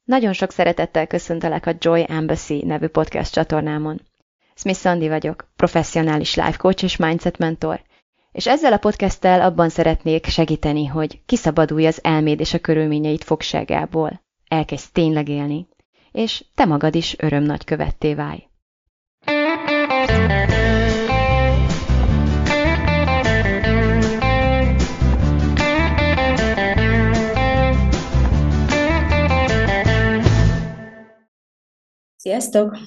Nagyon sok szeretettel köszöntelek a Joy Embassy nevű podcast csatornámon. Smith Szandi vagyok, professzionális life coach és mindset mentor, és ezzel a podcasttel abban szeretnék segíteni, hogy kiszabadulj az elméd és a körülményeid fogságából, elkezdj tényleg élni, és te magad is örömnagykövetté válj. Sziasztok!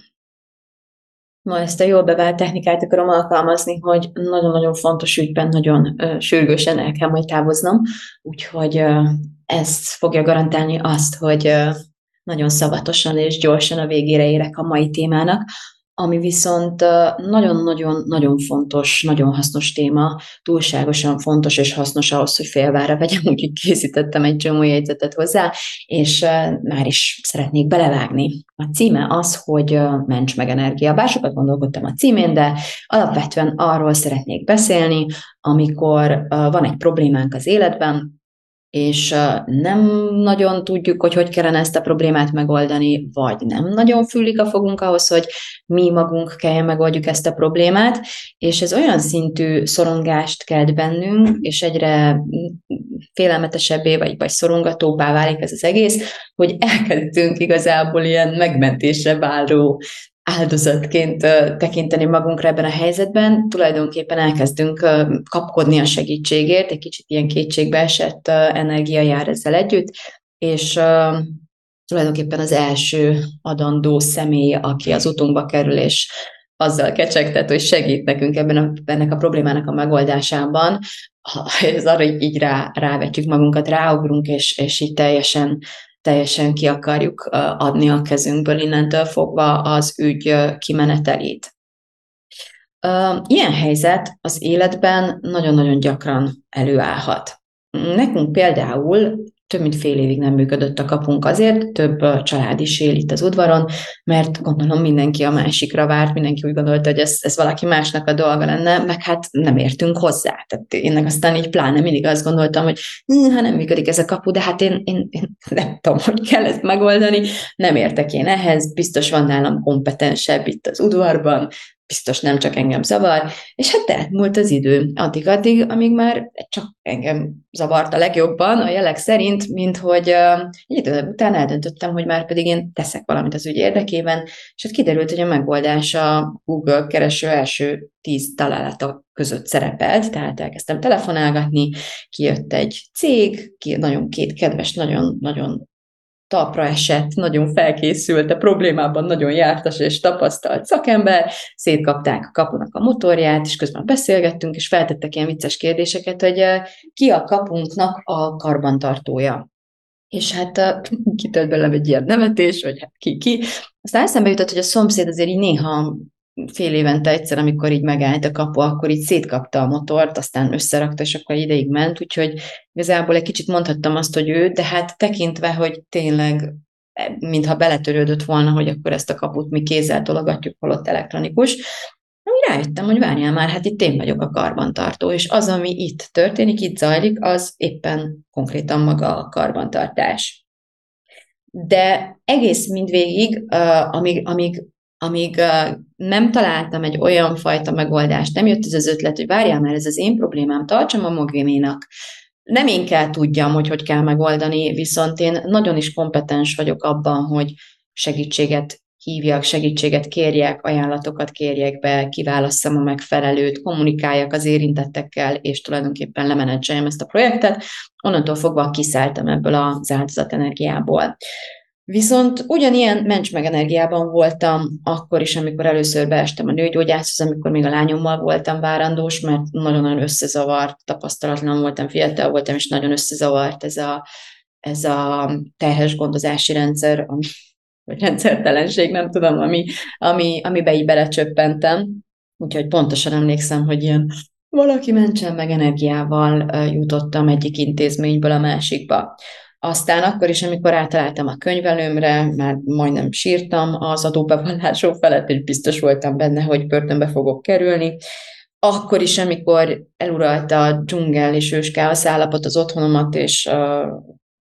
Ma ezt a jól bevált technikát akarom alkalmazni, hogy nagyon-nagyon fontos ügyben nagyon sürgősen el kell majd távoznom, úgyhogy ez fogja garantálni azt, hogy nagyon szavatosan és gyorsan a végére érek a mai témának, ami viszont nagyon-nagyon-nagyon fontos, nagyon hasznos téma, túlságosan fontos és hasznos ahhoz, hogy félvára vegyem, úgyhogy készítettem egy csomó jegyzetet hozzá, és már is szeretnék belevágni. A címe az, hogy ments meg energia. Bár sokat gondolkodtam a címén, de alapvetően arról szeretnék beszélni, amikor van egy problémánk az életben, és nem nagyon tudjuk, hogy kellene ezt a problémát megoldani, vagy nem nagyon fűlik a fogunk ahhoz, hogy mi magunk kelljen megoldjuk ezt a problémát, és ez olyan szintű szorongást kelt bennünk, és egyre félelmetesebbé vagy szorongatóbbá válik ez az egész, hogy elkezdtünk igazából ilyen megmentésre váró áldozatként tekinteni magunkra ebben a helyzetben, tulajdonképpen elkezdünk kapkodni a segítségért, egy kicsit ilyen kétségbeesett energia jár ezzel együtt, és tulajdonképpen az első adandó személy, aki az utunkba kerül, és azzal kecsegtet, hogy segít nekünk ennek a problémának a megoldásában, ez arra így rávetjük magunkat, ráugrunk, és így teljesen ki akarjuk adni a kezünkből innentől fogva az ügy kimenetelét. Ilyen helyzet az életben nagyon-nagyon gyakran előállhat. Nekünk például több mint fél évig nem működött a kapunk azért, több család is él itt az udvaron, mert gondolom mindenki a másikra várt, mindenki úgy gondolta, hogy ez valaki másnak a dolga lenne, meg hát nem értünk hozzá. Tehát én meg aztán így pláne mindig azt gondoltam, hogy ha nem működik ez a kapu, de hát én nem tudom, hogy kell ezt megoldani, nem értek én ehhez, biztos van nálam kompetensebb itt az udvarban, biztos nem csak engem zavar, és hát elmúlt az idő, addig, amíg már csak engem zavart a legjobban, a jelek szerint, mint hogy egy idő után eldöntöttem, hogy már pedig én teszek valamit az ügy érdekében, és hát kiderült, hogy a megoldás a Google kereső első 10 találata között szerepelt, tehát elkezdtem telefonálgatni, kijött egy cég, nagyon két kedves, nagyon talpra esett, nagyon felkészült, a problémában nagyon jártas és tapasztalt szakember, szétkapták a kapunak a motorját, és közben beszélgettünk, és feltettek ilyen vicces kérdéseket, hogy ki a kapunknak a karbantartója. És hát kitölt belőlem egy ilyen nevetés, vagy hát ki. Aztán eszembe jutott, hogy a szomszéd azért így néha fél évente egyszer, amikor így megállt a kapu, akkor így szétkapta a motort, aztán összerakta, és akkor ideig ment, úgyhogy igazából egy kicsit mondhattam azt, hogy ő, de hát tekintve, hogy tényleg mintha beletörődött volna, hogy akkor ezt a kaput mi kézzel tologatjuk, holott elektronikus, rájöttem, hogy várjál már, hát itt én vagyok a karbantartó, és az, ami itt történik, itt zajlik, az éppen konkrétan maga a karbantartás. De egész mindvégig, amíg nem találtam egy olyan fajta megoldást, nem jött ez az ötlet, hogy várjál már, ez az én problémám, tartsam a magáménak. Nem én kell tudjam, hogy kell megoldani, viszont én nagyon is kompetens vagyok abban, hogy segítséget hívjak, segítséget kérjek, ajánlatokat kérjek be, kiválasszam a megfelelőt, kommunikáljak az érintettekkel, és tulajdonképpen lemenedzseljem ezt a projektet. Onnantól fogva kiszálltam ebből az áldozatenergiából. Viszont ugyanilyen ments meg energiában voltam akkor is, amikor először beestem a nőgyógyászhoz, amikor még a lányommal voltam várandós, mert nagyon-nagyon összezavart, tapasztalatlan voltam, fiatal voltam, és nagyon összezavart ez a terhes gondozási rendszer, vagy rendszertelenség, nem tudom, amiben így belecsöppentem. Úgyhogy pontosan emlékszem, hogy ilyen valaki mentsen meg energiával jutottam egyik intézményből a másikba. Aztán akkor is, amikor átaláltam a könyvelőmre, már majdnem sírtam az adóbevallásom felett, és biztos voltam benne, hogy börtönbe fogok kerülni. Akkor is, amikor eluralta a dzsungel és őskáosz állapot az otthonomat, és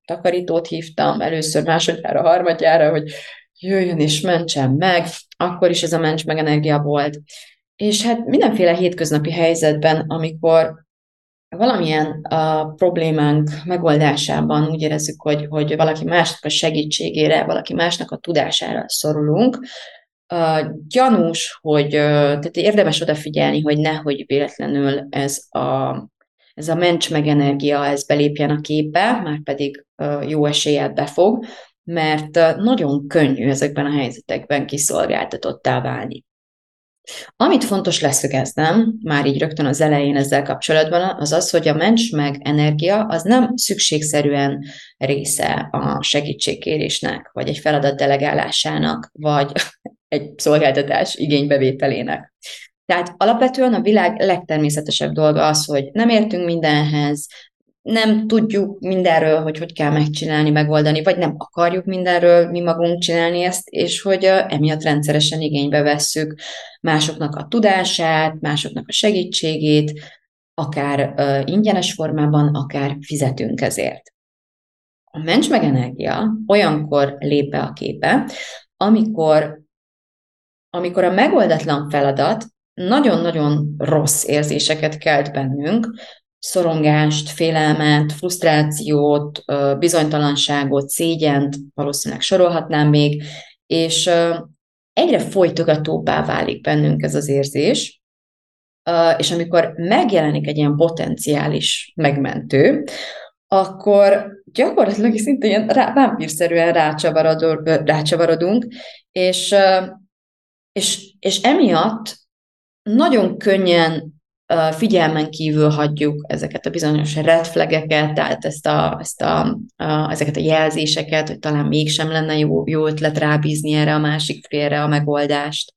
takarítót hívtam, először, másodjára, harmadjára, hogy jöjjön és mentsen meg, akkor is ez a ments meg energia volt. És hát mindenféle hétköznapi helyzetben, amikor valamilyen problémánk megoldásában úgy érezzük, hogy valaki másnak a segítségére, valaki másnak a tudására szorulunk, gyanús, hogy tehát érdemes odafigyelni, hogy nehogy véletlenül ez a mencs meg energia, ez belépjen a képbe, már pedig jó eséllyel befog, mert nagyon könnyű ezekben a helyzetekben kiszolgáltatottá válni. Amit fontos leszögeznem, már így rögtön az elején ezzel kapcsolatban, az az, hogy a mencs meg energia az nem szükségszerűen része a segítségkérésnek, vagy egy feladat delegálásának, vagy egy szolgáltatás igénybevételének. Tehát alapvetően a világ legtermészetesebb dolga az, hogy nem értünk mindenhez, nem tudjuk mindenről, hogy kell megcsinálni, megoldani, vagy nem akarjuk mindenről mi magunk csinálni ezt, és hogy emiatt rendszeresen igénybe vesszük másoknak a tudását, másoknak a segítségét, akár ingyenes formában, akár fizetünk ezért. A mencs meg energia olyankor lép be a képbe, amikor a megoldatlan feladat nagyon-nagyon rossz érzéseket kelt bennünk, szorongást, félelmet, frusztrációt, bizonytalanságot, szégyent, valószínűleg sorolhatnám még, és egyre folytogatóbbá válik bennünk ez az érzés, és amikor megjelenik egy ilyen potenciális megmentő, akkor gyakorlatilag szinte ilyen vámpírszerűen rácsavarodunk, és emiatt nagyon könnyen figyelmen kívül hagyjuk ezeket a bizonyos red flageket, tehát ezeket a jelzéseket, hogy talán mégsem lenne jó ötlet rábízni erre a másik félre a megoldást.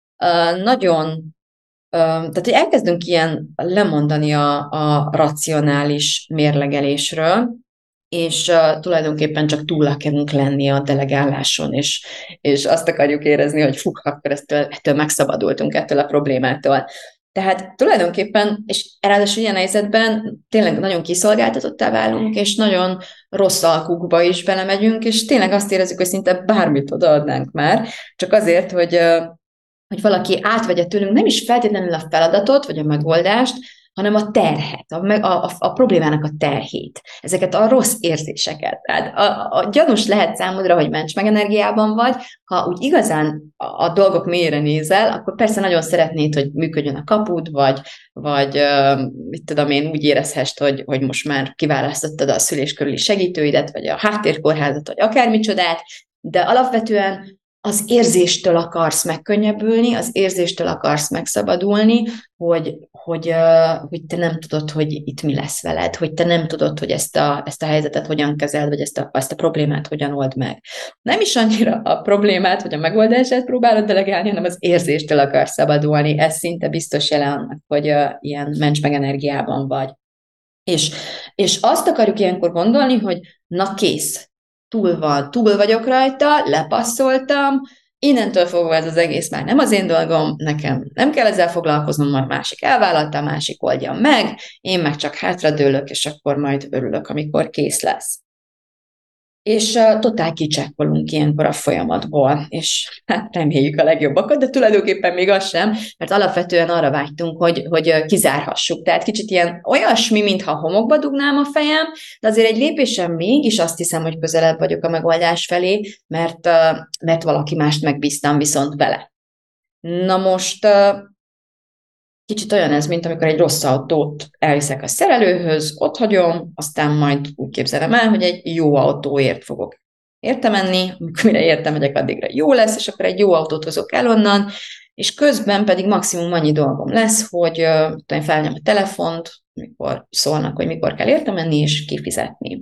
Tehát, hogy elkezdünk ilyen lemondani a racionális mérlegelésről, és tulajdonképpen csak túl akarunk lenni a delegáláson, és azt akarjuk érezni, hogy akkor ettől megszabadultunk, ettől a problémától. Tehát tulajdonképpen, és ráadásul ilyen helyzetben tényleg nagyon kiszolgáltatottá válunk, és nagyon rossz alkukba is belemegyünk, és tényleg azt érezzük, hogy szinte bármit odaadnánk már, csak azért, hogy valaki átvegye tőlünk nem is feltétlenül a feladatot, vagy a megoldást, hanem a terhet, a problémának a terhét, ezeket a rossz érzéseket. Tehát a gyanús lehet számodra, hogy mencs meg energiában vagy, ha úgy igazán a dolgok mélyére nézel, akkor persze nagyon szeretnéd, hogy működjön a kapud, vagy mit tudom én, úgy érezhest, hogy most már kiválasztottad a szülés körüli segítőidet, vagy a háttérkórházat, vagy akármicsodát, de alapvetően az érzéstől akarsz megkönnyebbülni, az érzéstől akarsz megszabadulni, hogy te nem tudod, hogy itt mi lesz veled, hogy te nem tudod, hogy ezt a helyzetet hogyan kezeld, vagy ezt a problémát hogyan old meg. Nem is annyira a problémát, vagy a megoldását próbálod delegálni, hanem az érzéstől akarsz szabadulni. Ez szinte biztos jele annak, hogy ilyen mencs meg energiában vagy. És azt akarjuk ilyenkor gondolni, hogy na kész, túl vagyok rajta, lepasszoltam, innentől fogva ez az egész már nem az én dolgom, nekem nem kell ezzel foglalkoznom, majd másik elvállalta, másik oldja meg, én meg csak hátradőlök, és akkor majd örülök, amikor kész lesz. És totál kicsekkolunk ilyenkor a folyamatból, és hát reméljük a legjobbakat, de tulajdonképpen még az sem, mert alapvetően arra vágytunk, hogy kizárhassuk. Tehát kicsit ilyen olyasmi, mintha homokba dugnám a fejem, de azért egy lépésen mégis azt hiszem, hogy közelebb vagyok a megoldás felé, mert valaki mást megbíztam viszont vele. Na most kicsit olyan ez, mint amikor egy rossz autót elviszek a szerelőhöz, ott hagyom, aztán majd úgy képzelem el, hogy egy jó autóért fogok érte menni, amikor mire érte megyek, addigra jó lesz, és akkor egy jó autót hozok el onnan, és közben pedig maximum annyi dolgom lesz, hogy felnyom a telefont, mikor szólnak, hogy mikor kell érte menni, és kifizetni.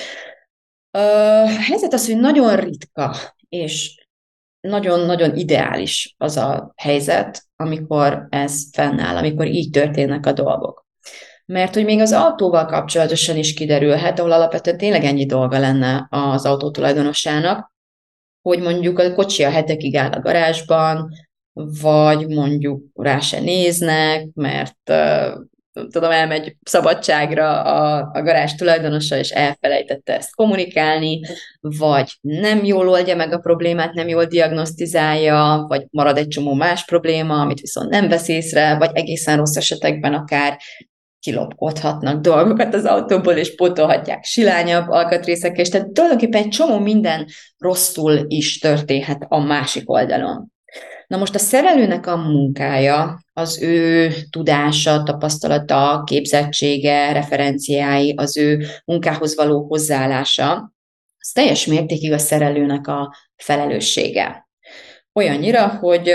A helyzet az, hogy nagyon ritka, és nagyon-nagyon ideális az a helyzet, amikor ez fennáll, amikor így történnek a dolgok. Mert hogy még az autóval kapcsolatosan is kiderülhet, ahol alapvetően tényleg ennyi dolga lenne az autó tulajdonosának, hogy mondjuk a kocsi a hetekig áll a garázsban, vagy mondjuk rá se néznek, mert tudom, elmegy szabadságra a garázs tulajdonosa, és elfelejtette ezt kommunikálni, vagy nem jól oldja meg a problémát, nem jól diagnosztizálja, vagy marad egy csomó más probléma, amit viszont nem vesz észre, vagy egészen rossz esetekben akár kilopkodhatnak dolgokat az autóból, és pótolhatják silányabb alkatrészekkel, és tehát tulajdonképpen egy csomó minden rosszul is történhet a másik oldalon. Na most a szerelőnek a munkája, az ő tudása, tapasztalata, képzettsége, referenciái, az ő munkához való hozzáállása, az teljes mértékig a szerelőnek a felelőssége. Olyannyira, hogy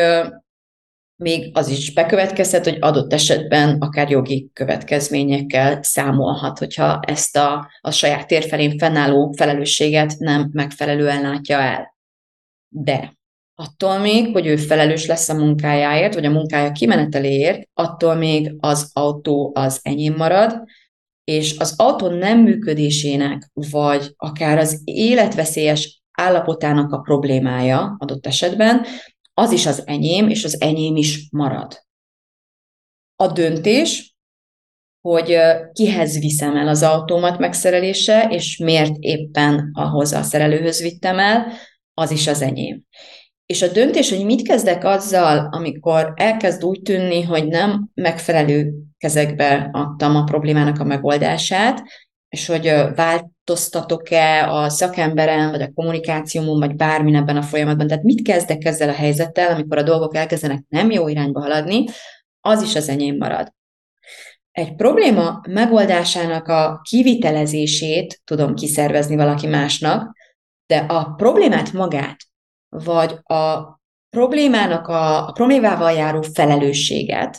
még az is bekövetkezhet, hogy adott esetben akár jogi következményekkel számolhat, hogyha ezt a saját térfelén fennálló felelősséget nem megfelelően látja el. De attól még, hogy ő felelős lesz a munkájáért, vagy a munkája kimeneteléért, attól még az autó az enyém marad, és az autó nem működésének, vagy akár az életveszélyes állapotának a problémája adott esetben, az is az enyém, és az enyém is marad. A döntés, hogy kihez viszem el az autómat megszerelése, és miért éppen ahhoz a szerelőhöz vittem el, az is az enyém. És a döntés, hogy mit kezdek azzal, amikor elkezd úgy tűnni, hogy nem megfelelő kezekbe adtam a problémának a megoldását, és hogy változtatok-e a szakemberen, vagy a kommunikációmon, vagy bármin ebben a folyamatban. Tehát mit kezdek ezzel a helyzettel, amikor a dolgok elkezdenek nem jó irányba haladni, az is az enyém marad. Egy probléma megoldásának a kivitelezését tudom kiszervezni valaki másnak, de a problémát magát, vagy a problémával járó felelősséget,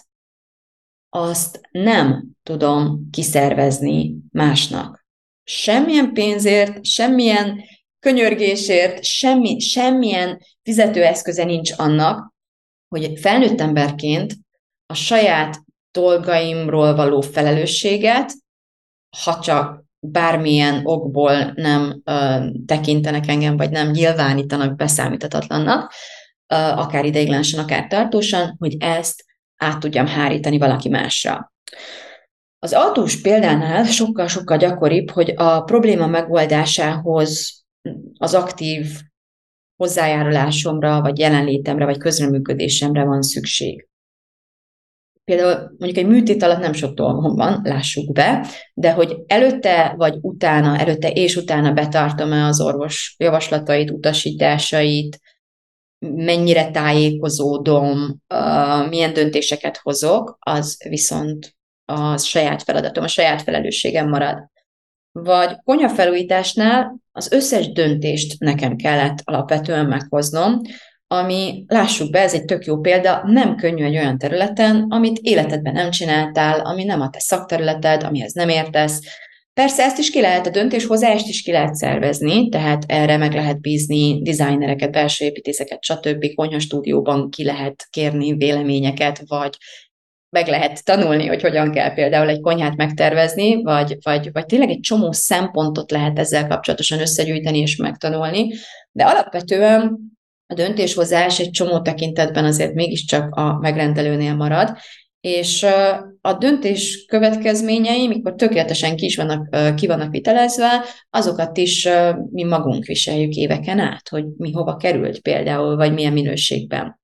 azt nem tudom kiszervezni másnak. Semmilyen pénzért, semmilyen könyörgésért, semmilyen fizetőeszköze nincs annak, hogy egy felnőtt emberként a saját dolgaimról való felelősséget, ha csak bármilyen okból nem tekintenek engem, vagy nem nyilvánítanak beszámíthatatlannak, akár ideiglenesen, akár tartósan, hogy ezt át tudjam hárítani valaki másra. Az autós példánál sokkal-sokkal gyakoribb, hogy a probléma megoldásához az aktív hozzájárulásomra, vagy jelenlétemre, vagy közreműködésemre van szükség. Például mondjuk egy műtét alatt nem sok dolgom van, lássuk be, de hogy előtte és utána betartom-e az orvos javaslatait, utasításait, mennyire tájékozódom, milyen döntéseket hozok, az viszont a saját feladatom, a saját felelősségem marad. Vagy konyhafelújításnál az összes döntést nekem kellett alapvetően meghoznom, ami, lássuk be, ez egy tök jó példa, nem könnyű egy olyan területen, amit életedben nem csináltál, ami nem a te szakterületed, amihez nem értesz. Persze ezt is ki lehet, a döntéshozást is ki lehet szervezni, tehát erre meg lehet bízni designereket, belső építészeket, stb. Konyhastúdióban ki lehet kérni véleményeket, vagy meg lehet tanulni, hogy hogyan kell például egy konyhát megtervezni, vagy tényleg egy csomó szempontot lehet ezzel kapcsolatosan összegyűjteni és megtanulni, de alapvetően a döntéshozás egy csomó tekintetben azért mégiscsak a megrendelőnél marad, és a döntés következményei, mikor tökéletesen ki vannak vitelezve, azokat is mi magunk viseljük éveken át, hogy mi hova került például, vagy milyen minőségben.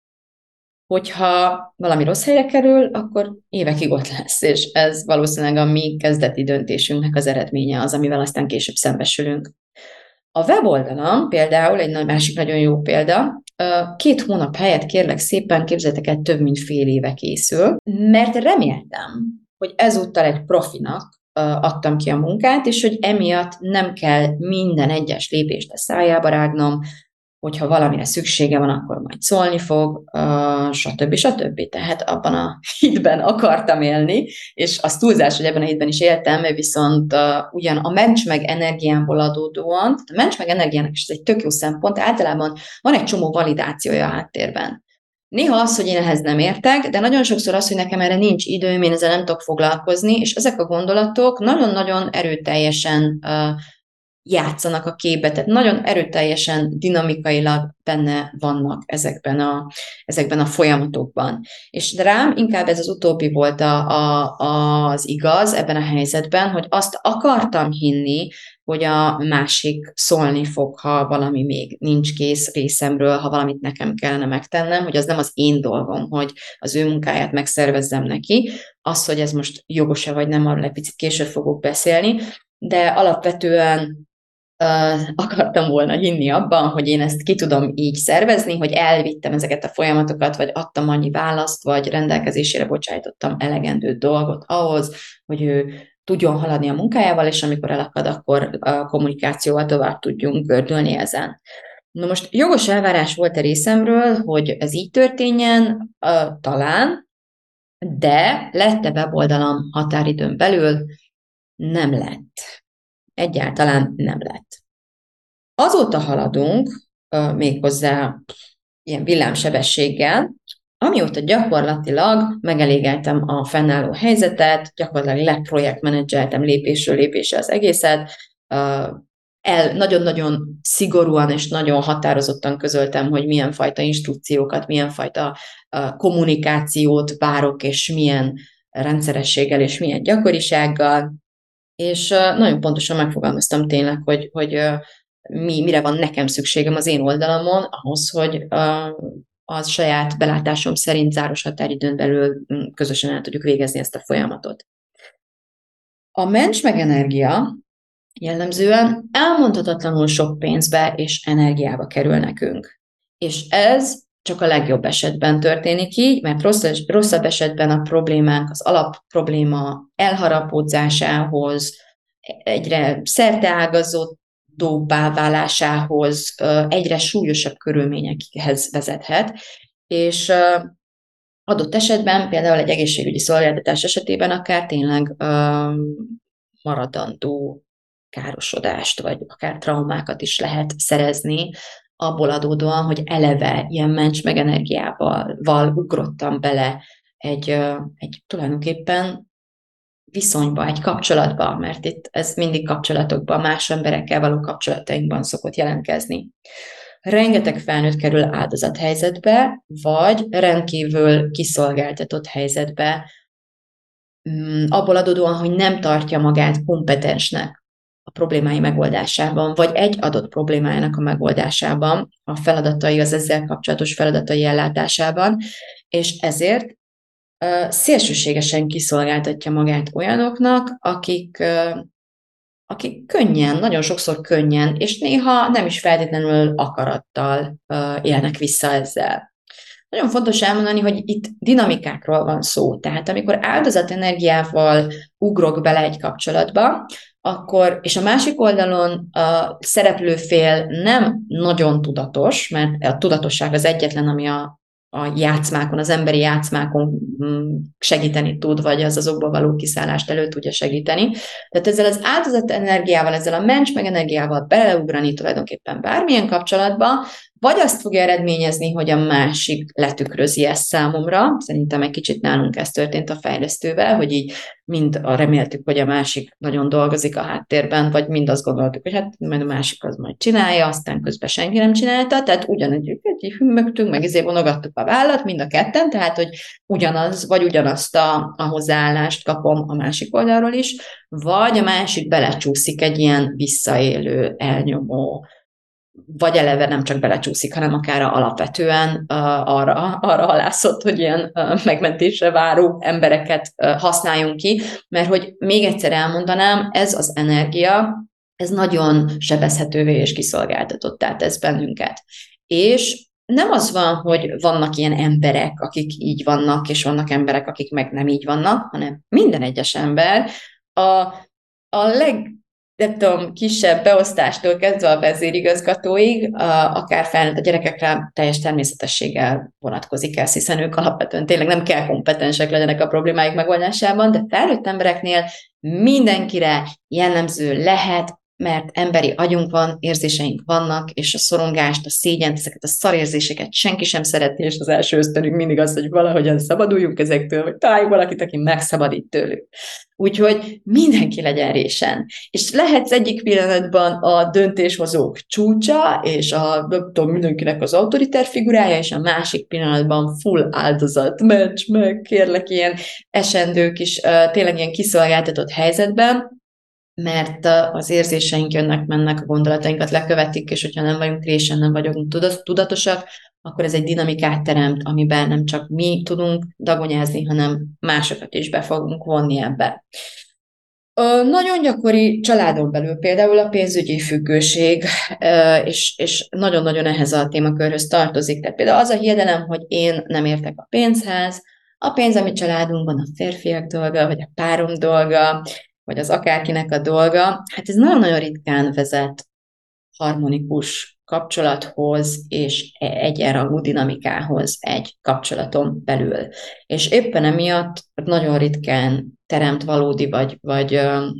Hogyha valami rossz helyre kerül, akkor évekig ott lesz, és ez valószínűleg a mi kezdeti döntésünknek az eredménye az, amivel aztán később szembesülünk. A weboldalam például egy másik nagyon jó példa, 2 hónap helyett kérlek szépen, képzeljétek el, több mint fél éve készül, mert reméltem, hogy ezúttal egy profinak adtam ki a munkát, és hogy emiatt nem kell minden egyes lépést a szájába rágnom, hogyha valamire szüksége van, akkor majd szólni fog, stb. Tehát abban a hitben akartam élni, és az túlzás, hogy ebben a hitben is éltem, viszont ugyan a mencs meg energiámból adódóan, a mencs meg energiának is ez egy tök jó szempont, általában van egy csomó validációja a háttérben. Néha az, hogy én ehhez nem értek, de nagyon sokszor az, hogy nekem erre nincs időm, én ezzel nem tudok foglalkozni, és ezek a gondolatok nagyon-nagyon erőteljesen játszanak a képbe, tehát nagyon erőteljesen, dinamikailag benne vannak ezekben a folyamatokban. És rám inkább ez az utóbbi volt az igaz ebben a helyzetben, hogy azt akartam hinni, hogy a másik szólni fog, ha valami még nincs kész részemről, ha valamit nekem kellene megtennem, hogy az nem az én dolgom, hogy az ő munkáját megszervezzem neki. Az, hogy ez most jogos-e vagy nem, arról egy picit később fogok beszélni, de alapvetően akartam volna hinni abban, hogy én ezt ki tudom így szervezni, hogy elvittem ezeket a folyamatokat, vagy adtam annyi választ, vagy rendelkezésére bocsájtottam elegendő dolgot ahhoz, hogy ő tudjon haladni a munkájával, és amikor elakad, akkor a kommunikációval tovább tudjunk gördülni ezen. Na most jogos elvárás volt a részemről, hogy ez így történjen, talán, de lett-e weboldalam határidőn belül? Nem lett. Egyáltalán nem lett. Azóta haladunk, méghozzá ilyen villámsebességgel, amióta gyakorlatilag megelégeltem a fennálló helyzetet, gyakorlatilag leprojektmenedzseltem lépésről lépésre az egészet, nagyon-nagyon szigorúan és nagyon határozottan közöltem, hogy milyen fajta instrukciókat, milyen fajta kommunikációt várok, és milyen rendszerességgel és milyen gyakorisággal, és nagyon pontosan megfogalmaztam tényleg, hogy mire van nekem szükségem az én oldalamon, ahhoz, hogy a saját belátásom szerint záros határidőn belül közösen el tudjuk végezni ezt a folyamatot. A mencs meg energia jellemzően elmondhatatlanul sok pénzbe és energiába kerül nekünk. És ez csak a legjobb esetben történik így, mert rosszabb esetben a problémánk, az alapprobléma elharapódzásához, egyre szerteágazóbbá válásához, egyre súlyosabb körülményekhez vezethet, és adott esetben, például egy egészségügyi szolgáltatás esetében akár tényleg maradandó károsodást, vagy akár traumákat is lehet szerezni, abból adódóan, hogy eleve ilyen mencs meg energiával ugrottam bele egy tulajdonképpen viszonyba, egy kapcsolatba, mert itt ez mindig kapcsolatokban, más emberekkel való kapcsolatainkban szokott jelentkezni. Rengeteg felnőtt kerül áldozathelyzetbe, vagy rendkívül kiszolgáltatott helyzetbe, abból adódóan, hogy nem tartja magát kompetensnek a problémái megoldásában, vagy egy adott problémájának a megoldásában, a feladatai, az ezzel kapcsolatos feladatai ellátásában, és ezért szélsőségesen kiszolgáltatja magát olyanoknak, akik könnyen, nagyon sokszor könnyen, és néha nem is feltétlenül akarattal élnek vissza ezzel. Nagyon fontos elmondani, hogy itt dinamikákról van szó. Tehát amikor áldozatenergiával ugrok bele egy kapcsolatba, akkor, és a másik oldalon a szereplő fél nem nagyon tudatos, mert a tudatosság az egyetlen, ami a játszmákon, az emberi játszmákon segíteni tud, vagy az azokból való kiszállást elő tudja segíteni. Tehát ezzel az áldozatenergiával, ezzel a mencs meg energiával beleugrani tulajdonképpen bármilyen kapcsolatba, vagy azt fogja eredményezni, hogy a másik letükrözi ezt számomra. Szerintem egy kicsit nálunk ez történt a fejlesztővel, hogy így mind reméltük, hogy a másik nagyon dolgozik a háttérben, vagy mind azt gondoltuk, hogy hát majd a másik az majd csinálja, aztán közben senki nem csinálta, tehát így hümmögtünk, meg ezért vonogattuk a vállat, mind a ketten, tehát hogy ugyanaz, vagy ugyanazt a hozzáállást kapom a másik oldalról is, vagy a másik belecsúszik egy ilyen visszaélő, elnyomó, vagy eleve nem csak belecsúszik, hanem akár alapvetően arra halászott, hogy ilyen megmentésre váró embereket használjunk ki, mert hogy még egyszer elmondanám, ez az energia, ez nagyon sebezhetővé és kiszolgáltatottá tesz bennünket. És nem az van, hogy vannak ilyen emberek, akik így vannak, és vannak emberek, akik meg nem így vannak, hanem minden egyes ember nem tudom, kisebb beosztástól kezdve a vezérigazgatóig, akár felnőtt a gyerekekre teljes természetességgel vonatkozik ez, hiszen ők alapvetően tényleg nem kell kompetensek legyenek a problémáik megoldásában, de felnőtt embereknél mindenkire jellemző lehet, mert emberi agyunk van, érzéseink vannak, és a szorongást, a szégyent, ezeket a szarérzéseket senki sem szereti, és az első ösztönünk mindig az, hogy valahogyan szabaduljunk ezektől, vagy találjunk valakit, aki megszabadít tőlük. Úgyhogy mindenki legyen résen. És lehetsz egyik pillanatban a döntéshozók csúcsa, és nem tudom, mindenkinek az autoritár figurája, és a másik pillanatban full áldozat, ments meg, kérlek, ilyen esendők is, tényleg ilyen kiszolgáltatott helyzetben, mert az érzéseink jönnek, mennek, a gondolatainkat lekövetik, és hogyha nem vagyunk résen, nem vagyunk tudatosak, akkor ez egy dinamikát teremt, amiben nem csak mi tudunk dagonyázni, hanem másokat is be fogunk vonni ebbe. Nagyon gyakori családon belül például a pénzügyi függőség, és nagyon-nagyon ehhez a témakörhöz tartozik. Tehát például az a hiedelem, hogy én nem értek a pénzhez, a pénz, ami családunkban a férfiak dolga, vagy a párom dolga, vagy az akárkinek a dolga, hát ez nagyon-nagyon ritkán vezet harmonikus kapcsolathoz és egyenrangú dinamikához egy kapcsolaton belül. És éppen emiatt nagyon ritkán teremt valódi, vagy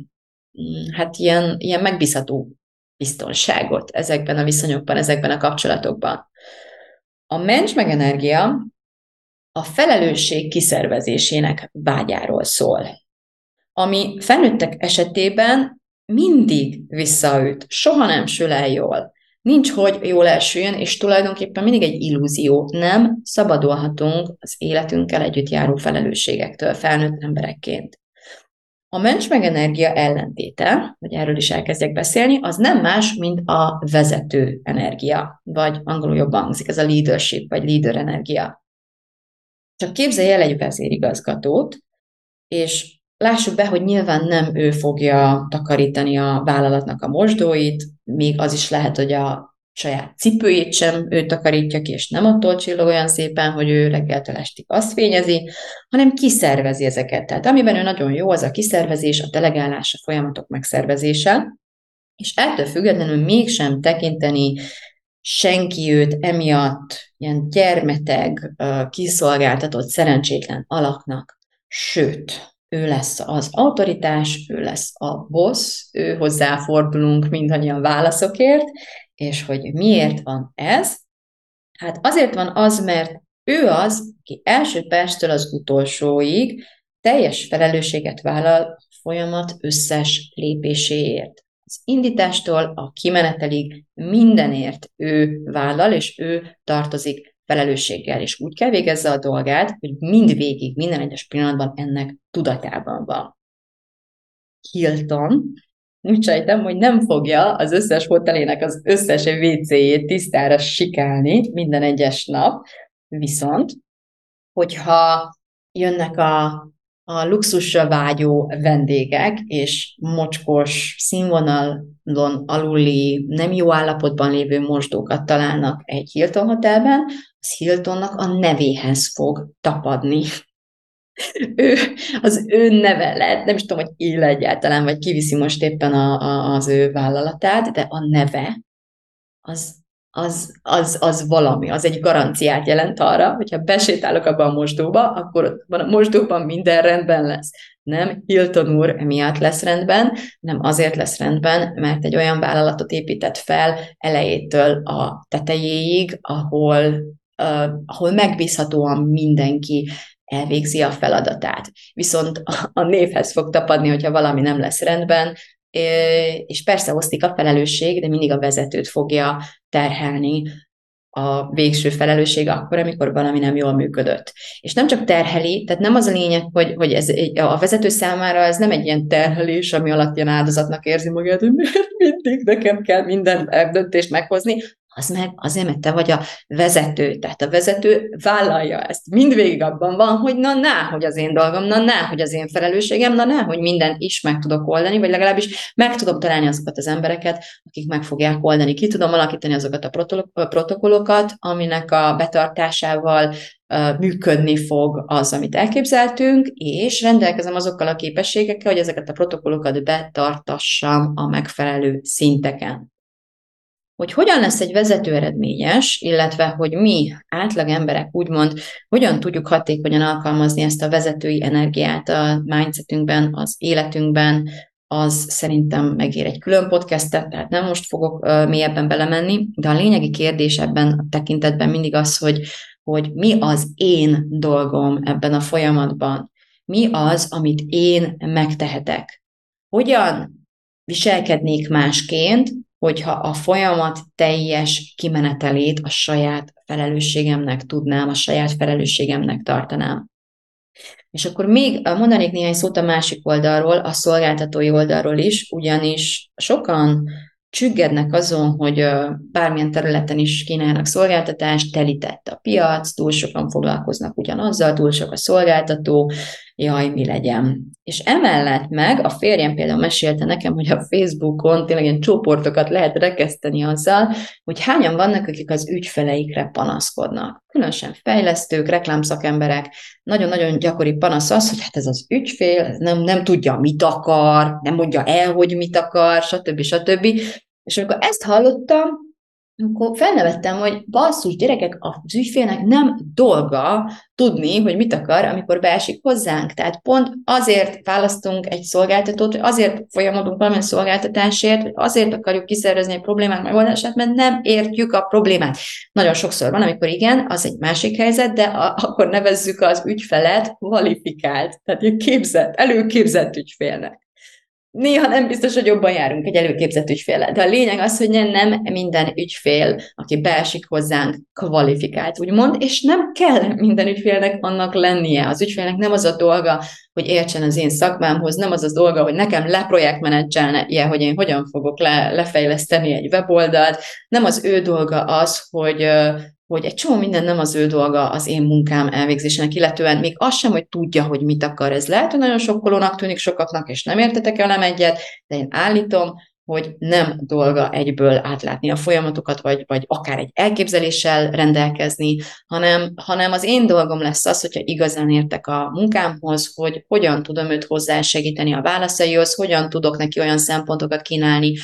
hát ilyen megbízható biztonságot ezekben a viszonyokban, ezekben a kapcsolatokban. A mencs meg energia a felelősség kiszervezésének vágyáról szól, ami felnőttek esetében mindig visszaüt, soha nem sül el jól. Nincs, hogy jól elsüljön, és tulajdonképpen mindig egy illúzió. Nem szabadulhatunk az életünkkel együtt járó felelősségektől felnőtt emberekként. A mencs meg energia ellentéte, hogy erről is elkezdjek beszélni, az nem más, mint a vezető energia, vagy angolul jobban hangzik, ez a leadership, vagy leader energia. Csak képzelj el egy vezérigazgatót, és lássuk be, hogy nyilván nem ő fogja takarítani a vállalatnak a mosdóit, még az is lehet, hogy a saját cipőjét sem ő takarítja ki, és nem attól csillog olyan szépen, hogy ő reggeltől estig azt fényezi, hanem kiszervezi ezeket. Tehát amiben ő nagyon jó, az a kiszervezés, a delegálás, a folyamatok megszervezése, és ettől függetlenül mégsem tekinteni senki őt emiatt ilyen gyermeteg, kiszolgáltatott, szerencsétlen alaknak. Sőt, ő lesz az autoritás, ő lesz a boss, ő hozzáfordulunk mindannyian válaszokért, és hogy miért van ez? Hát azért van az, mert ő az, aki első perctől az utolsóig teljes felelősséget vállal a folyamat összes lépéséért. Az indítástól a kimenetelig mindenért ő vállal, és ő tartozik felelősséggel, és úgy kell végezze a dolgát, hogy mindvégig, minden egyes pillanatban ennek tudatában van. Hilton, úgy sejtem, hogy nem fogja az összes hotelének az összes WC-jét tisztára sikálni minden egyes nap, viszont, hogyha jönnek a luxusra vágyó vendégek, és mocskos, színvonalon aluli, nem jó állapotban lévő mosdókat találnak egy Hilton hotelben, az Hiltonnak a nevéhez fog tapadni. Az ő neve lehet, nem is tudom, hogy él egyáltalán, vagy kiviszi most éppen az ő vállalatát, de a neve az valami, az egy garanciát jelent arra, hogyha besétálok abba a mosdóba, akkor a mosdóban minden rendben lesz. Nem Hilton úr emiatt lesz rendben, nem azért lesz rendben, mert egy olyan vállalatot épített fel elejétől a tetejéig, ahol megbízhatóan mindenki elvégzi a feladatát. Viszont a névhez fog tapadni, hogyha valami nem lesz rendben, és persze osztik a felelősség, de mindig a vezetőt fogja terhelni a végső felelősség akkor, amikor valami nem jól működött. És nem csak terheli, tehát nem az a lényeg, hogy ez a vezető számára ez nem egy ilyen terhelés, ami alatt ilyen áldozatnak érzi magát, hogy mindig nekem kell minden döntést meghozni, az meg azért, mert te vagy a vezető. Tehát a vezető vállalja ezt. Mindvégig abban van, hogy hogy az én dolgom, hogy az én felelősségem, hogy mindent is meg tudok oldani, vagy legalábbis meg tudom találni azokat az embereket, akik meg fogják oldani. Ki tudom alakítani azokat a protokollokat, aminek a betartásával működni fog az, amit elképzeltünk, és rendelkezem azokkal a képességekkel, hogy ezeket a protokollokat betartassam a megfelelő szinteken. Hogy hogyan lesz egy vezető eredményes, illetve hogy mi átlag emberek úgymond hogyan tudjuk hatékonyan alkalmazni ezt a vezetői energiát a mindsetünkben, az életünkben, az szerintem megér egy külön podcastet, tehát nem most fogok mélyebben belemenni, de a lényegi kérdés ebben a tekintetben mindig az, hogy mi az én dolgom ebben a folyamatban. mi az, amit én megtehetek. Hogyan viselkednék másként, hogyha a folyamat teljes kimenetelét a saját felelősségemnek tudnám, a saját felelősségemnek tartanám. És akkor még mondanék néhány szót a másik oldalról, a szolgáltatói oldalról is, ugyanis sokan csüggednek azon, hogy bármilyen területen is kínálnak szolgáltatást, telített a piac, túl sokan foglalkoznak ugyanazzal, túl sok a szolgáltató, jaj, mi legyen. És emellett meg a férjem például mesélte nekem, hogy a Facebookon tényleg ilyen csoportokat lehet rekeszteni azzal, hogy hányan vannak, akik az ügyfeleikre panaszkodnak. Különösen fejlesztők, reklámszakemberek, nagyon-nagyon gyakori panasz az, hogy hát ez az ügyfél nem tudja, mit akar, nem mondja el, hogy mit akar, stb. És amikor ezt hallottam, akkor felnevettem, hogy basszus, gyerekek, az ügyfélnek nem dolga tudni, hogy mit akar, amikor beesik hozzánk. Tehát pont azért választunk egy szolgáltatót, hogy azért folyamodunk valamilyen szolgáltatásért, hogy azért akarjuk kiszervezni egy problémák megoldását, mert nem értjük a problémát. Nagyon sokszor van, amikor igen, az egy másik helyzet, de akkor nevezzük az ügyfelet kvalifikált, tehát képzett, előképzett ügyfélnek. Néha nem biztos, hogy jobban járunk egy előképzett ügyféllel, de a lényeg az, hogy nem minden ügyfél, aki beesik hozzánk, kvalifikált, úgymond, és nem kell minden ügyfélnek annak lennie. Az ügyfélnek nem az a dolga, hogy értsen az én szakmámhoz, nem az a dolga, hogy nekem leprojektmenedzselje, hogy én hogyan fogok lefejleszteni egy weboldalt, nem az ő dolga az, hogy egy csomó minden nem az ő dolga az én munkám elvégzésének, illetően még az sem, hogy tudja, hogy mit akar. Ez lehet, hogy nagyon sokkolónak tűnik sokaknak, és nem értetek velem egyet, de én állítom, hogy nem dolga egyből átlátni a folyamatokat, vagy akár egy elképzeléssel rendelkezni, hanem az én dolgom lesz az, hogyha igazán értek a munkámhoz, hogy hogyan tudom őt hozzásegíteni a válaszaihoz, hogyan tudok neki olyan szempontokat kínálni,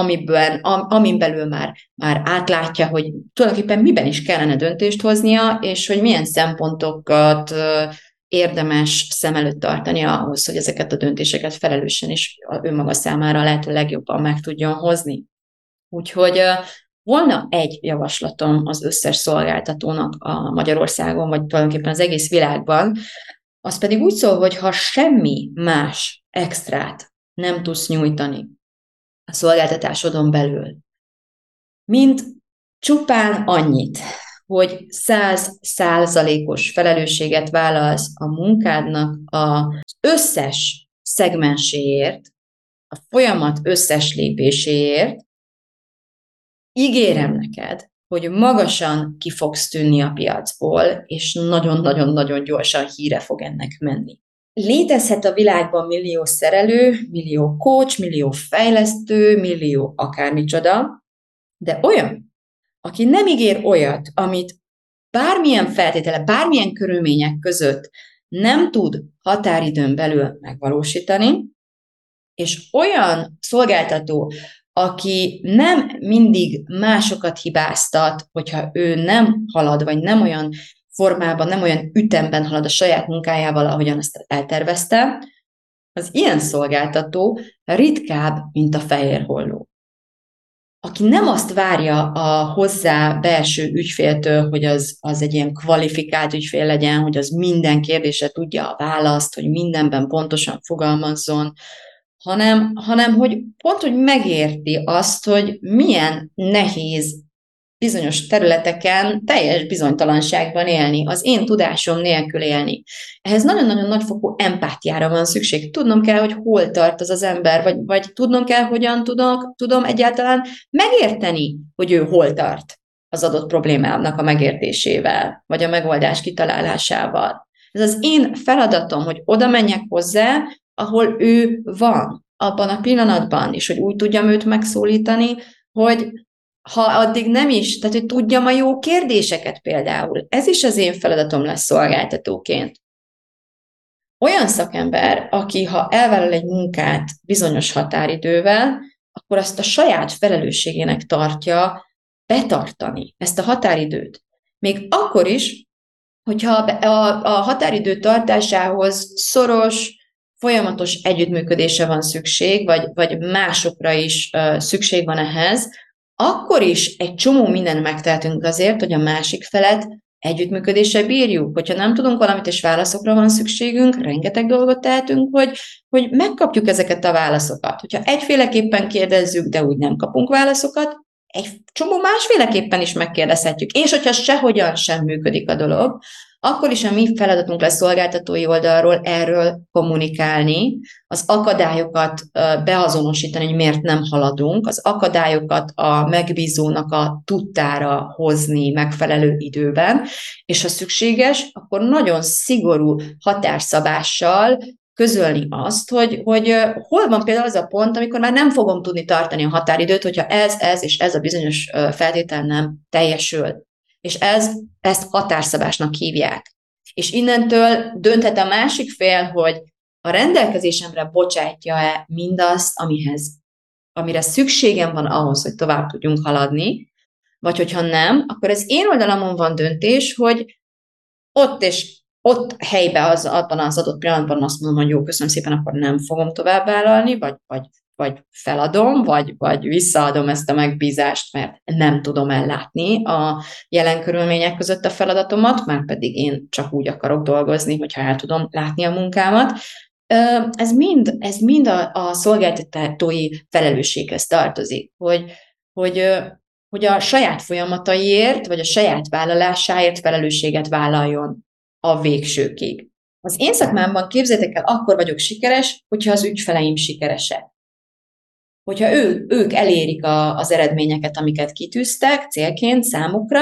amin belül már átlátja, hogy tulajdonképpen miben is kellene döntést hoznia, és hogy milyen szempontokat érdemes szem előtt tartani ahhoz, hogy ezeket a döntéseket felelősen és önmaga számára lehető legjobban meg tudjon hozni. Úgyhogy volna egy javaslatom az összes szolgáltatónak a Magyarországon, vagy tulajdonképpen az egész világban, az pedig úgy szól, hogy ha semmi más extrát nem tudsz nyújtani a szolgáltatásodon belül, mint csupán annyit, hogy 100% felelősséget vállalsz a munkádnak az összes szegmenséért, a folyamat összes lépéséért, ígérem neked, hogy magasan ki fogsz tűnni a piacból, és nagyon-nagyon-nagyon gyorsan híre fog ennek menni. Létezhet a világban millió szerelő, millió coach, millió fejlesztő, millió akármicsoda, de olyan, aki nem ígér olyat, amit bármilyen feltétele, bármilyen körülmények között nem tud határidőn belül megvalósítani, és olyan szolgáltató, aki nem mindig másokat hibáztat, hogyha ő nem halad, vagy nem olyan formában, nem olyan ütemben halad a saját munkájával, ahogyan azt eltervezte, az ilyen szolgáltató ritkább, mint a fehér holló. Aki nem azt várja a hozzá belső ügyféltől, hogy az egy ilyen kvalifikált ügyfél legyen, hogy az minden kérdésre tudja a választ, hogy mindenben pontosan fogalmazzon, hanem hogy pont, hogy megérti azt, hogy milyen nehéz bizonyos területeken teljes bizonytalanságban élni, az én tudásom nélkül élni. Ehhez nagyon-nagyon nagyfokú empátiára van szükség. Tudnom kell, hogy hol tart az ember, vagy tudnom kell, hogyan tudom egyáltalán megérteni, hogy ő hol tart az adott problémának a megértésével, vagy a megoldás kitalálásával. Ez az én feladatom, hogy oda menjek hozzá, ahol ő van, abban a pillanatban, és hogy úgy tudjam őt megszólítani, hogy ha addig nem is, tehát hogy tudjam a jó kérdéseket például. Ez is az én feladatom lesz szolgáltatóként. Olyan szakember, aki ha elvállal egy munkát bizonyos határidővel, akkor azt a saját felelősségének tartja betartani ezt a határidőt. Még akkor is, hogyha a határidő tartásához szoros, folyamatos együttműködésre van szükség, vagy másokra is szükség van ehhez, akkor is egy csomó mindent megtehetünk azért, hogy a másik felet együttműködéssel bírjuk, hogyha nem tudunk valamit, és válaszokra van szükségünk, rengeteg dolgot tehetünk, hogy megkapjuk ezeket a válaszokat. Hogyha egyféleképpen kérdezzük, de úgy nem kapunk válaszokat, egy csomó másféleképpen is megkérdezhetjük. És hogyha sehogyan sem működik a dolog, akkor is a mi feladatunk lesz szolgáltatói oldalról erről kommunikálni, az akadályokat beazonosítani, hogy miért nem haladunk, az akadályokat a megbízónak a tudtára hozni megfelelő időben, és ha szükséges, akkor nagyon szigorú határszabással közölni azt, hogy hol van például az a pont, amikor már nem fogom tudni tartani a határidőt, hogyha ez és ez a bizonyos feltétel nem teljesül. És ezt határszabásnak hívják. És innentől dönthet a másik fél, hogy a rendelkezésemre bocsátja-e mindazt, amire szükségem van ahhoz, hogy tovább tudjunk haladni, vagy hogyha nem, akkor az én oldalamon van döntés, hogy ott helyben abban az adott pillanatban azt mondom, hogy jó, köszönöm szépen, akkor nem fogom tovább vállalni, vagy feladom, vagy visszaadom ezt a megbízást, mert nem tudom ellátni a jelen körülmények között a feladatomat, már pedig én csak úgy akarok dolgozni, hogyha el tudom látni a munkámat. Ez mind a szolgáltatói felelősséghez tartozik, hogy a saját folyamataiért, vagy a saját vállalásáért felelősséget vállaljon a végsőkig. Az én szakmámban, képzeljétek el, akkor vagyok sikeres, hogyha az ügyfeleim sikeresek. Hogyha ők elérik az eredményeket, amiket kitűztek célként számukra,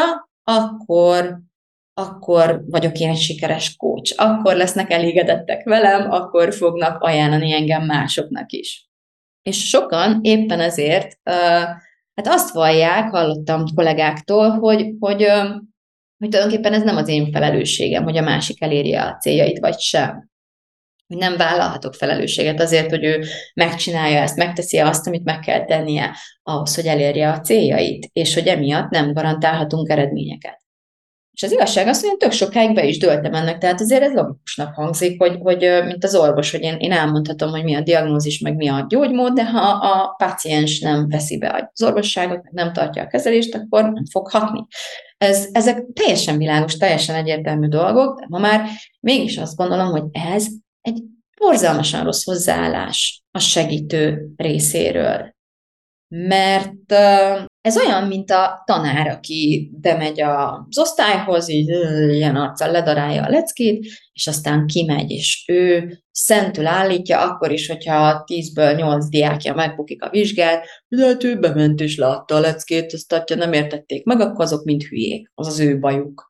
akkor vagyok én egy sikeres coach. Akkor lesznek elégedettek velem, akkor fognak ajánlani engem másoknak is. És sokan éppen ezért hát azt vallják, hallottam kollégáktól, hogy tulajdonképpen ez nem az én felelősségem, hogy a másik elérje a céljait, vagy sem. Hogy nem vállalhatok felelősséget azért, hogy ő megcsinálja ezt, megteszi azt, amit meg kell tennie ahhoz, hogy elérje a céljait, és hogy emiatt nem garantálhatunk eredményeket. És az igazság az, hogy én tök sokáig be is dőltem ennek, tehát azért ez logikusnak hangzik, hogy mint az orvos, hogy én elmondhatom, hogy mi a diagnózis, meg mi a gyógymód, de ha a páciens nem veszi be az orvosságot, meg nem tartja a kezelést, akkor nem fog hatni. Ezek teljesen világos, teljesen egyértelmű dolgok, de ma már mégis azt gondolom, hogy ez egy borzalmasan rossz hozzáállás a segítő részéről. Mert ez olyan, mint a tanár, aki bemegy az osztályhoz, így ilyen arccal ledarálja a leckét, és aztán kimegy, és ő szentül állítja, akkor is, hogyha 10-ből 8 diákja megbukik a vizsgán, de hát ő bement és látta a leckét, azt nem értették meg, akkor azok mind hülyék, az ő bajuk.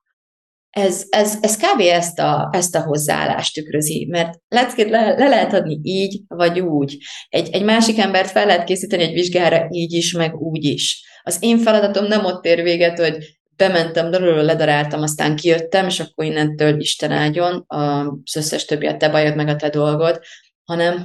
Ez kb. Ezt a hozzáállást tükrözi, mert leckét le lehet adni így, vagy úgy. Egy másik embert fel lehet készíteni egy vizsgára így is, meg úgy is. Az én feladatom nem ott ér véget, hogy bementem, ledaráltam, aztán kijöttem, és akkor innentől Isten áldjon, az összes többi a te bajod, meg a te dolgod, hanem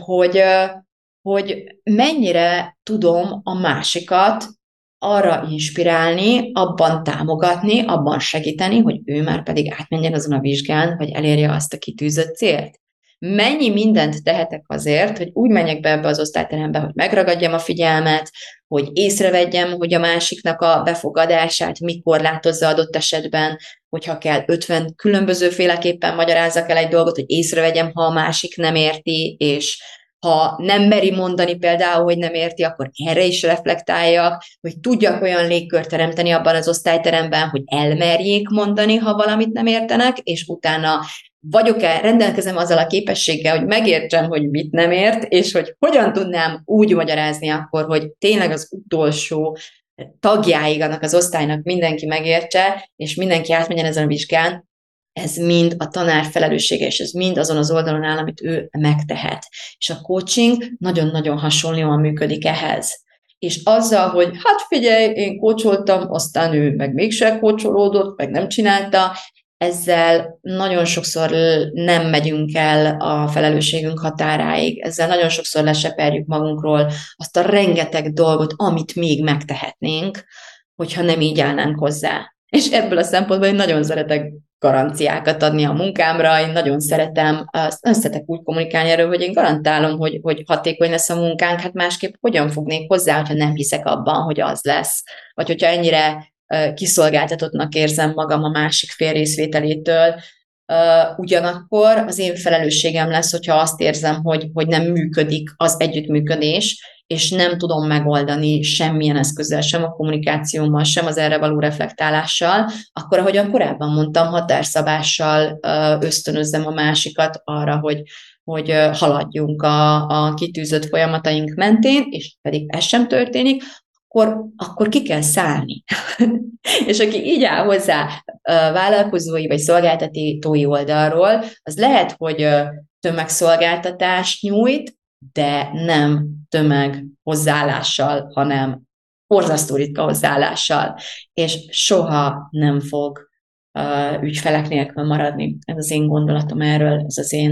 hogy mennyire tudom a másikat arra inspirálni, abban támogatni, abban segíteni, hogy ő már pedig átmenjen azon a vizsgán, vagy elérje azt a kitűzött célt. Mennyi mindent tehetek azért, hogy úgy menjek be ebbe az osztályterembe, hogy megragadjam a figyelmet, hogy észrevegyem, hogy a másiknak a befogadását mikor látozza adott esetben, hogyha kell 50 különbözőféleképpen magyarázzak el egy dolgot, hogy észrevegyem, ha a másik nem érti, és ha nem meri mondani például, hogy nem érti, akkor erre is reflektáljak, hogy tudjak olyan légkört teremteni abban az osztályteremben, hogy elmerjék mondani, ha valamit nem értenek, és utána rendelkezem azzal a képességgel, hogy megértsem, hogy mit nem ért, és hogy hogyan tudnám úgy magyarázni akkor, hogy tényleg az utolsó tagjáig annak az osztálynak mindenki megértse, és mindenki átmenjen ezen a vizsgán. Ez mind a tanár felelőssége, és ez mind azon az oldalon áll, amit ő megtehet. És a coaching nagyon-nagyon hasonlóan működik ehhez. És azzal, hogy hát figyelj, én coacholtam, aztán ő meg mégse coacholódott, meg nem csinálta, ezzel nagyon sokszor nem megyünk el a felelősségünk határáig, ezzel nagyon sokszor leseperjük magunkról azt a rengeteg dolgot, amit még megtehetnénk, hogyha nem így állnánk hozzá. És ebből a szempontból én nagyon szeretek garanciákat adni a munkámra, én nagyon szeretek úgy kommunikálni erről, hogy én garantálom, hogy hatékony lesz a munkánk, hát másképp hogyan fognék hozzá, hogyha nem hiszek abban, hogy az lesz, vagy hogyha ennyire kiszolgáltatottnak érzem magam a másik fél részvételétől. Ugyanakkor az én felelősségem lesz, hogyha azt érzem, hogy nem működik az együttműködés, és nem tudom megoldani semmilyen eszközzel, sem a kommunikációmmal, sem az erre való reflektálással, akkor, ahogyan korábban mondtam, határszabással ösztönözzem a másikat arra, hogy haladjunk a kitűzött folyamataink mentén, és pedig ez sem történik, akkor ki kell szállni. És aki így áll hozzá vállalkozói vagy szolgáltatói oldalról, az lehet, hogy tömegszolgáltatást nyújt, de nem tömeg hozzáállással, hanem borzasztó ritka hozzáállással, és soha nem fog ügyfelek nélkül maradni. Ez az én gondolatom erről,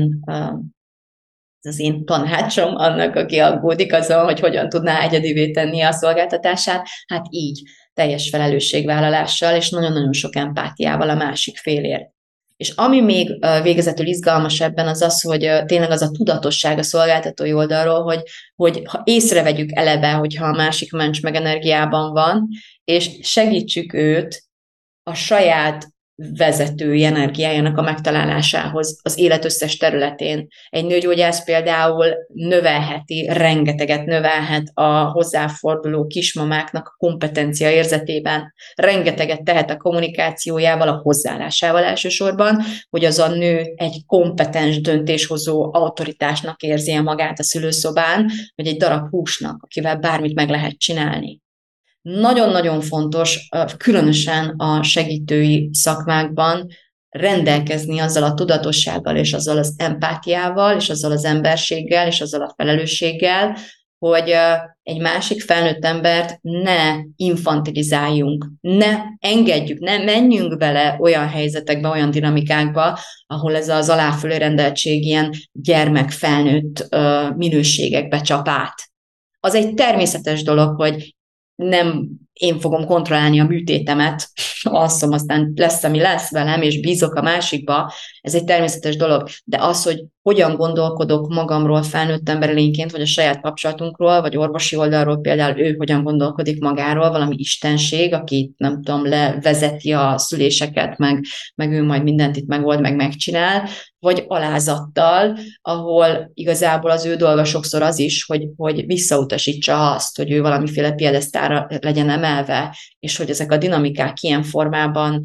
ez az én tanácsom annak, aki aggódik azon, hogy hogyan tudná egyedivé tenni a szolgáltatását, hát így, teljes felelősségvállalással, és nagyon-nagyon sok empátiával a másik félért. És ami még végezetül izgalmas ebben az az, hogy tényleg az a tudatosság a szolgáltatói oldalról, hogy ha észrevegyük eleve, hogyha a másik mencs meg energiában van, és segítsük őt a saját vezetői energiájának a megtalálásához az élet összes területén. Egy nőgyógyász például rengeteget növelhet a hozzáforduló kismamáknak a kompetencia érzetében, rengeteget tehet a kommunikációjával, a hozzáállásával elsősorban, hogy az a nő egy kompetens döntéshozó autoritásnak érzi magát a szülőszobán, vagy egy darab húsnak, akivel bármit meg lehet csinálni. Nagyon-nagyon fontos, különösen a segítői szakmákban rendelkezni azzal a tudatossággal, és azzal az empátiával, és azzal az emberséggel, és azzal a felelősséggel, hogy egy másik felnőtt embert ne infantilizáljunk, ne engedjük, ne menjünk bele olyan helyzetekbe, olyan dinamikákba, ahol ez az aláfölé rendeltség ilyen gyermek-felnőtt minőségekbe csap át. Az egy természetes dolog, hogy nem én fogom kontrollálni a műtétemet, alszom, aztán lesz, ami lesz velem, és bízok a másikba, ez egy természetes dolog. De az, hogy hogyan gondolkodok magamról felnőtt emberlényként, vagy a saját kapcsolatunkról, vagy orvosi oldalról például ő hogyan gondolkodik magáról, valami istenség, aki nem tudom, levezeti a szüléseket, meg ő majd mindent itt megold, meg megcsinál, vagy alázattal, ahol igazából az ő dolga sokszor az is, hogy visszautasítsa azt, hogy ő valamiféle piedesztára legyen emelve, és hogy ezek a dinamikák ilyen formában,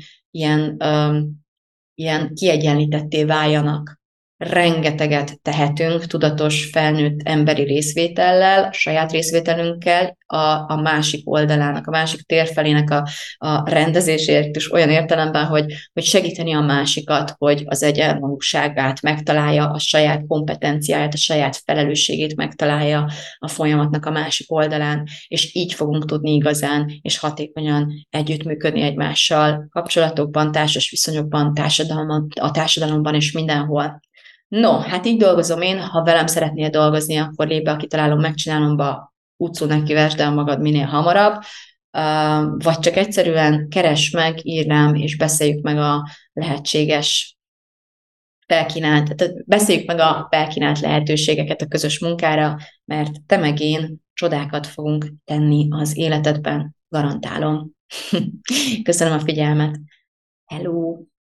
ilyen kiegyenlítetté váljanak. Rengeteget tehetünk tudatos, felnőtt emberi részvétellel, a saját részvételünkkel, a másik oldalának, a másik térfelének a rendezésért is olyan értelemben, hogy segíteni a másikat, hogy az egyenlagúságát megtalálja, a saját kompetenciáját, a saját felelősségét megtalálja a folyamatnak a másik oldalán, és így fogunk tudni igazán és hatékonyan együttműködni egymással, kapcsolatokban, társas viszonyokban, a társadalomban és mindenhol. No, hát így dolgozom én, ha velem szeretnél dolgozni, akkor lépj be a Kitalálom, Megcsinálomba, utcul nekivesd el magad minél hamarabb, vagy csak egyszerűen keresd meg, írd rám, és beszéljük meg a lehetséges beszéljük meg a felkínált lehetőségeket a közös munkára, mert te meg én csodákat fogunk tenni az életedben, garantálom. Köszönöm a figyelmet. Hello!